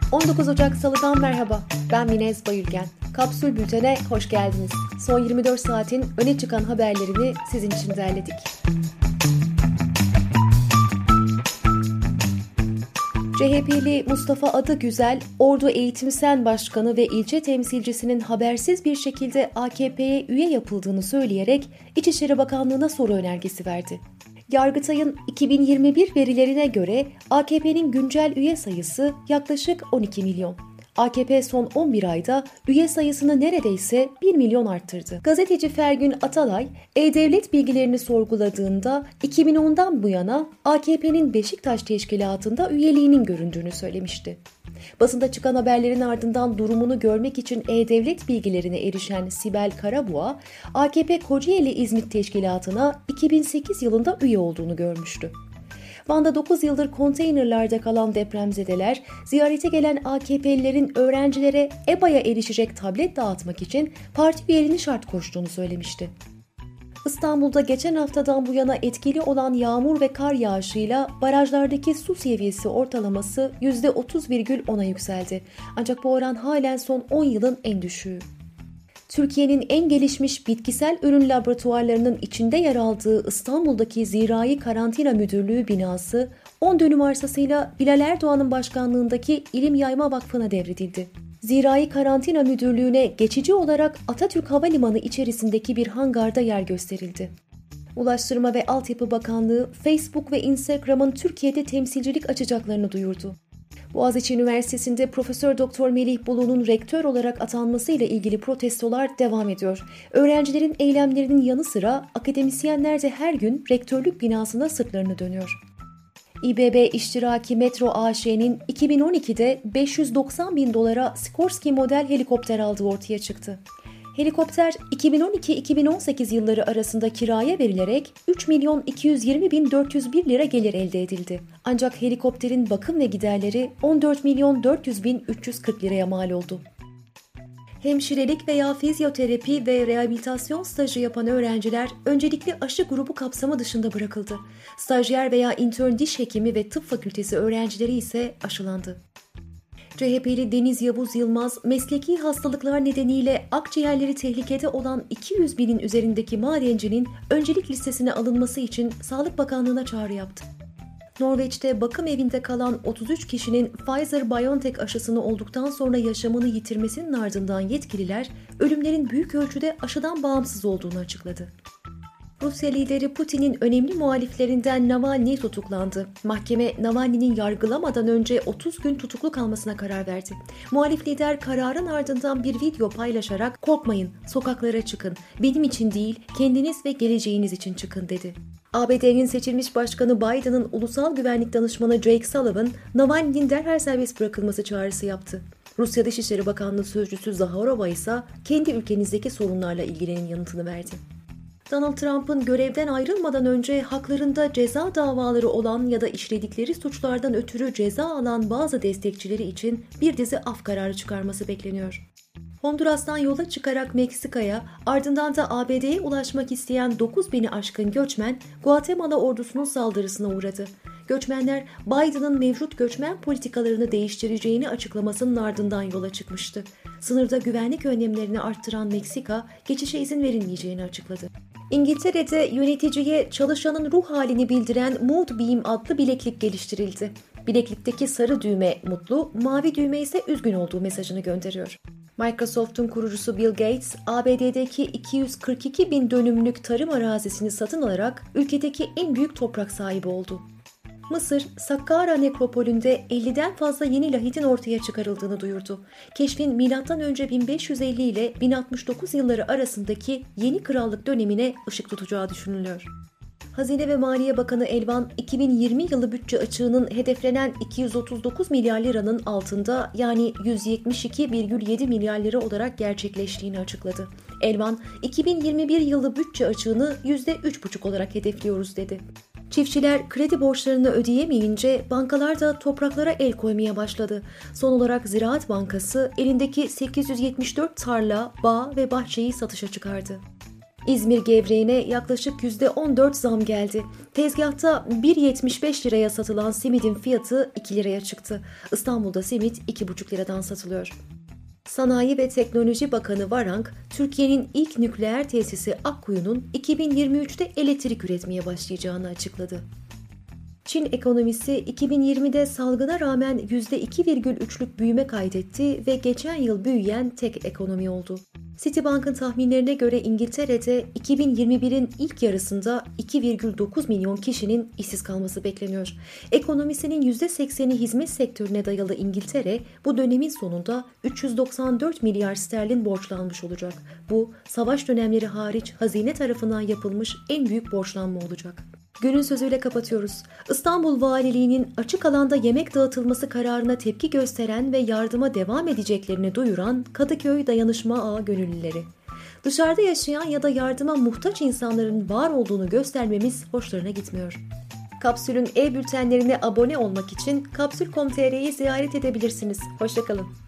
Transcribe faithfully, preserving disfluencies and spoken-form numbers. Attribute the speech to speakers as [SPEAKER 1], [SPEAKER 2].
[SPEAKER 1] on dokuz Ocak Salı'dan merhaba. Ben Minez Bayülgen. Kapsül Bülten'e hoş geldiniz. Son yirmi dört saatin öne çıkan haberlerini sizin için derledik. C H P'li Mustafa Adıgüzel, Ordu Eğitim Sen Başkanı ve ilçe temsilcisinin habersiz bir şekilde A K P'ye üye yapıldığını söyleyerek İçişleri Bakanlığı'na soru önergesi verdi. Yargıtay'ın iki bin yirmi bir verilerine göre A K P'nin güncel üye sayısı yaklaşık on iki milyon. A K P son on bir ayda üye sayısını neredeyse bir milyon arttırdı. Gazeteci Fergün Atalay, E-Devlet bilgilerini sorguladığında iki bin ondan bu yana A K P'nin Beşiktaş Teşkilatı'nda üyeliğinin göründüğünü söylemişti. Basında çıkan haberlerin ardından durumunu görmek için E-Devlet bilgilerine erişen Sibel Karabuğa, A K P Kocaeli İzmit Teşkilatı'na iki bin sekiz yılında üye olduğunu görmüştü. Van'da dokuz yıldır konteynerlarda kalan depremzedeler, ziyarete gelen A K P'lilerin öğrencilere E B A'ya erişecek tablet dağıtmak için parti üyeliğini şart koştuğunu söylemişti. İstanbul'da geçen haftadan bu yana etkili olan yağmur ve kar yağışıyla barajlardaki su seviyesi ortalaması yüzde otuz virgül ona yükseldi. Ancak bu oran halen son on yılın en düşüğü. Türkiye'nin en gelişmiş bitkisel ürün laboratuvarlarının içinde yer aldığı İstanbul'daki Zirai Karantina Müdürlüğü binası on dönüm arsasıyla Bilal Erdoğan'ın başkanlığındaki İlim Yayma Vakfı'na devredildi. Zirai Karantina Müdürlüğü'ne geçici olarak Atatürk Havalimanı içerisindeki bir hangarda yer gösterildi. Ulaştırma ve Altyapı Bakanlığı, Facebook ve Instagram'ın Türkiye'de temsilcilik açacaklarını duyurdu. Boğaziçi Üniversitesi'nde Profesör Doktor Melih Bulu'nun rektör olarak atanmasıyla ilgili protestolar devam ediyor. Öğrencilerin eylemlerinin yanı sıra akademisyenler de her gün rektörlük binasına sırtlarını dönüyor. İBB İştiraki Metro A Ş'nin iki bin on ikide beş yüz doksan bin dolara Sikorsky model helikopter aldığı ortaya çıktı. Helikopter iki bin on iki iki bin on sekiz yılları arasında kiraya verilerek üç milyon iki yüz yirmi bin dört yüz bir lira gelir elde edildi. Ancak helikopterin bakım ve giderleri on dört milyon dört yüz bin üç yüz kırk liraya mal oldu. Hemşirelik veya fizyoterapi ve rehabilitasyon stajı yapan öğrenciler öncelikli aşı grubu kapsamı dışında bırakıldı. Stajyer veya intern diş hekimi ve tıp fakültesi öğrencileri ise aşılandı. C H P'li Deniz Yavuz Yılmaz, mesleki hastalıklar nedeniyle akciğerleri tehlikede olan iki yüz binin üzerindeki madencinin öncelik listesine alınması için Sağlık Bakanlığı'na çağrı yaptı. Norveç'te bakım evinde kalan otuz üç kişinin Pfizer-BioNTech aşısını olduktan sonra yaşamını yitirmesinin ardından yetkililer, ölümlerin büyük ölçüde aşıdan bağımsız olduğunu açıkladı. Rusya lideri Putin'in önemli muhaliflerinden Navalny tutuklandı. Mahkeme Navalny'nin yargılamadan önce otuz gün tutuklu kalmasına karar verdi. Muhalif lider kararın ardından bir video paylaşarak "Korkmayın, sokaklara çıkın. Benim için değil, kendiniz ve geleceğiniz için çıkın." dedi. A B D'nin seçilmiş başkanı Biden'ın ulusal güvenlik danışmanı Jake Sullivan, Navalny'nin derhal serbest bırakılması çağrısı yaptı. Rusya Dışişleri Bakanlığı Sözcüsü Zaharova ise kendi ülkenizdeki sorunlarla ilgilenin yanıtını verdi. Donald Trump'ın görevden ayrılmadan önce haklarında ceza davaları olan ya da işledikleri suçlardan ötürü ceza alan bazı destekçileri için bir dizi af kararı çıkarması bekleniyor. Honduras'tan yola çıkarak Meksika'ya, ardından da A B D'ye ulaşmak isteyen dokuz bini aşkın göçmen, Guatemala ordusunun saldırısına uğradı. Göçmenler, Biden'ın mevcut göçmen politikalarını değiştireceğini açıklamasının ardından yola çıkmıştı. Sınırda güvenlik önlemlerini arttıran Meksika, geçişe izin verilmeyeceğini açıkladı. İngiltere'de yöneticiye çalışanın ruh halini bildiren Moodbeam adlı bileklik geliştirildi. Bileklikteki sarı düğme mutlu, mavi düğme ise üzgün olduğu mesajını gönderiyor. Microsoft'un kurucusu Bill Gates, A B D'deki iki yüz kırk iki bin dönümlük tarım arazisini satın alarak ülkedeki en büyük toprak sahibi oldu. Mısır, Sakkara nekropolünde elliden fazla yeni lahitin ortaya çıkarıldığını duyurdu. Keşfin milattan önce bin beş yüz elli ile bin altmış dokuz yılları arasındaki yeni krallık dönemine ışık tutacağı düşünülüyor. Hazine ve Maliye Bakanı Elvan, iki bin yirmi yılı bütçe açığının hedeflenen iki yüz otuz dokuz milyar liranın altında, yani yüz yetmiş iki virgül yedi milyar lira olarak gerçekleştiğini açıkladı. Elvan, iki bin yirmi bir yılı bütçe açığını yüzde üç virgül beş olarak hedefliyoruz dedi. Çiftçiler kredi borçlarını ödeyemeyince bankalar da topraklara el koymaya başladı. Son olarak Ziraat Bankası elindeki sekiz yüz yetmiş dört tarla, bağ ve bahçeyi satışa çıkardı. İzmir gevreğine yaklaşık yüzde on dört zam geldi. Tezgahta bir yetmiş beş liraya satılan simidin fiyatı iki liraya çıktı. İstanbul'da simit iki buçuk liradan satılıyor. Sanayi ve Teknoloji Bakanı Varank, Türkiye'nin ilk nükleer tesisi Akkuyu'nun iki bin yirmi üçte elektrik üretmeye başlayacağını açıkladı. Çin ekonomisi iki bin yirmide salgına rağmen yüzde iki virgül üçlük büyüme kaydetti ve geçen yıl büyüyen tek ekonomi oldu. Citibank'ın tahminlerine göre İngiltere'de iki bin yirmi birin ilk yarısında iki virgül dokuz milyon kişinin işsiz kalması bekleniyor. Ekonomisinin yüzde sekseni hizmet sektörüne dayalı İngiltere, bu dönemin sonunda üç yüz doksan dört milyar sterlin borçlanmış olacak. Bu, savaş dönemleri hariç hazine tarafından yapılmış en büyük borçlanma olacak. Günün sözüyle kapatıyoruz. İstanbul Valiliği'nin açık alanda yemek dağıtılması kararına tepki gösteren ve yardıma devam edeceklerini duyuran Kadıköy Dayanışma Ağı gönüllüleri. Dışarıda yaşayan ya da yardıma muhtaç insanların var olduğunu göstermemiz hoşlarına gitmiyor. Kapsül'ün e-bültenlerine abone olmak için kapsül nokta com nokta tr'yi ziyaret edebilirsiniz. Hoşça kalın.